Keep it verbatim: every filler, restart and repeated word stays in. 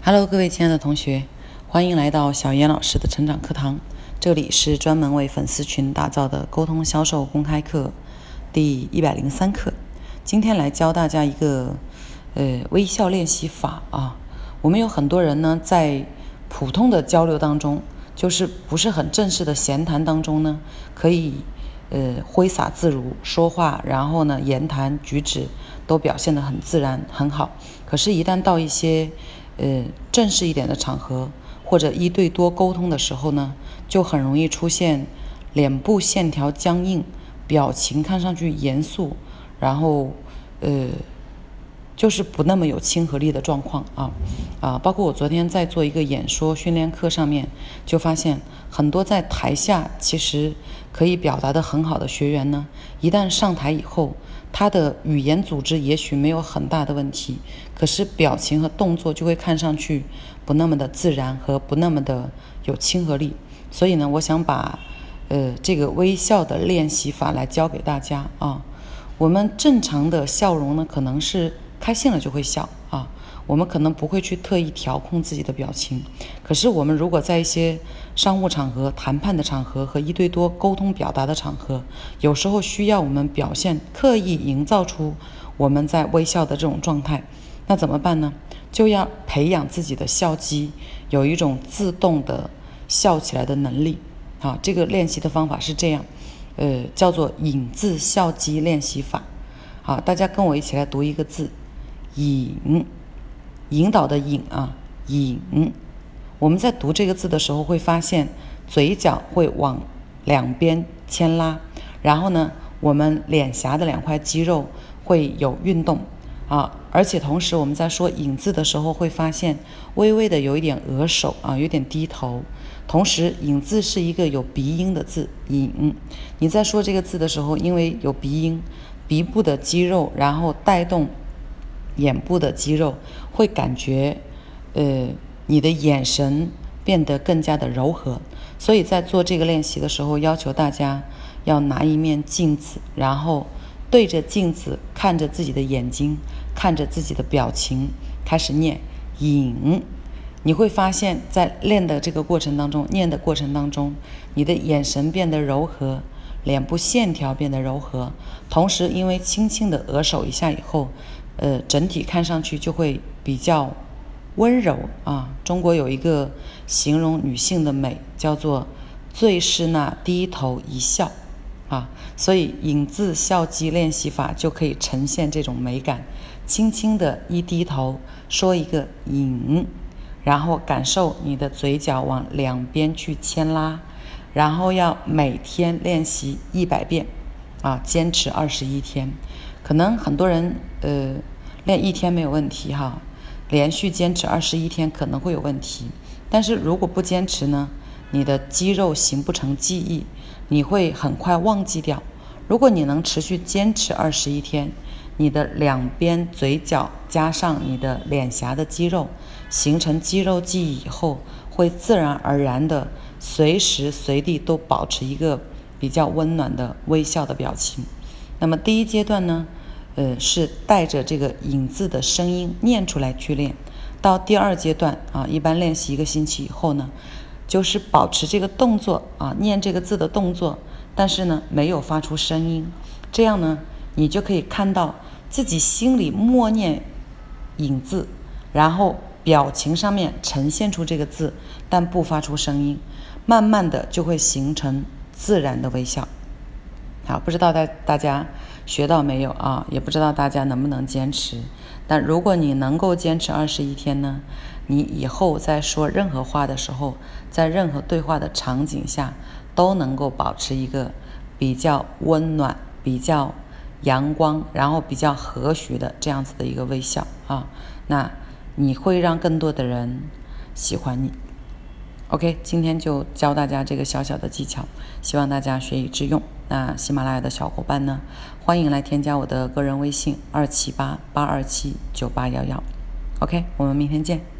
Hello， 各位亲爱的同学，欢迎来到小严老师的成长课堂。这里是专门为粉丝群打造的沟通销售公开课第一百零三课。今天来教大家一个呃微笑练习法啊。我们有很多人呢，在普通的交流当中，就是不是很正式的闲谈当中呢，可以呃挥洒自如说话，然后呢言谈举止都表现得很自然很好。可是，一旦到一些呃，正式一点的场合，或者一对多沟通的时候呢，就很容易出现脸部线条僵硬，表情看上去严肃，然后呃，就是不那么有亲和力的状况啊啊！包括我昨天在做一个演说训练课上面，就发现很多在台下其实可以表达得很好的学员呢，一旦上台以后，他的语言组织也许没有很大的问题，可是表情和动作就会看上去不那么的自然和不那么的有亲和力。所以呢，我想把呃这个微笑的练习法来教给大家啊。我们正常的笑容呢，可能是开心了就会笑啊，我们可能不会去特意调控自己的表情。可是我们如果在一些商务场合、谈判的场合和一对多沟通表达的场合，有时候需要我们表现刻意营造出我们在微笑的这种状态，那怎么办呢？就要培养自己的笑肌，有一种自动的笑起来的能力啊。这个练习的方法是这样，呃，叫做引字笑肌练习法。好，大家跟我一起来读一个字，引，引导的引啊，引。我们在读这个字的时候会发现嘴角会往两边牵拉，然后呢，我们脸颊的两块肌肉会有运动啊，而且同时我们在说引字的时候会发现微微的有一点额首啊，有点低头。同时引字是一个有鼻音的字，引。你在说这个字的时候，因为有鼻音，鼻部的肌肉然后带动眼部的肌肉，会感觉呃你的眼神变得更加的柔和。所以在做这个练习的时候，要求大家要拿一面镜子，然后对着镜子看着自己的眼睛，看着自己的表情，开始念引。你会发现在练的这个过程当中，念的过程当中，你的眼神变得柔和，脸部线条变得柔和，同时因为轻轻的额首一下以后，呃，整体看上去就会比较温柔啊。中国有一个形容女性的美，叫做最是那低头一笑啊。所以引字笑肌练习法就可以呈现这种美感，轻轻的一低头说一个引，然后感受你的嘴角往两边去牵拉，然后要每天练习一百遍啊，坚持二十一天。可能很多人呃练一天没有问题哈，连续坚持二十一天可能会有问题。但是如果不坚持呢，你的肌肉形不成记忆，你会很快忘记掉。如果你能持续坚持二十一天，你的两边嘴角加上你的脸颊的肌肉形成肌肉记忆以后，会自然而然的随时随地都保持一个比较温暖的微笑的表情。那么第一阶段呢，呃，是带着这个引字的声音念出来去练。到第二阶段啊，一般练习一个星期以后呢，就是保持这个动作啊，念这个字的动作，但是呢没有发出声音。这样呢，你就可以看到自己心里默念引字，然后表情上面呈现出这个字，但不发出声音，慢慢的就会形成自然的微笑。好，不知道大大家学到没有啊？也不知道大家能不能坚持。但如果你能够坚持二十一天呢，你以后在说任何话的时候，在任何对话的场景下，都能够保持一个比较温暖、比较阳光，然后比较和煦的这样子的一个微笑啊。那你会让更多的人喜欢你。OK， 今天就教大家这个小小的技巧，希望大家学以致用。那喜马拉雅的小伙伴呢，欢迎来添加我的个人微信二七八八二七九八一一。OK， 我们明天见。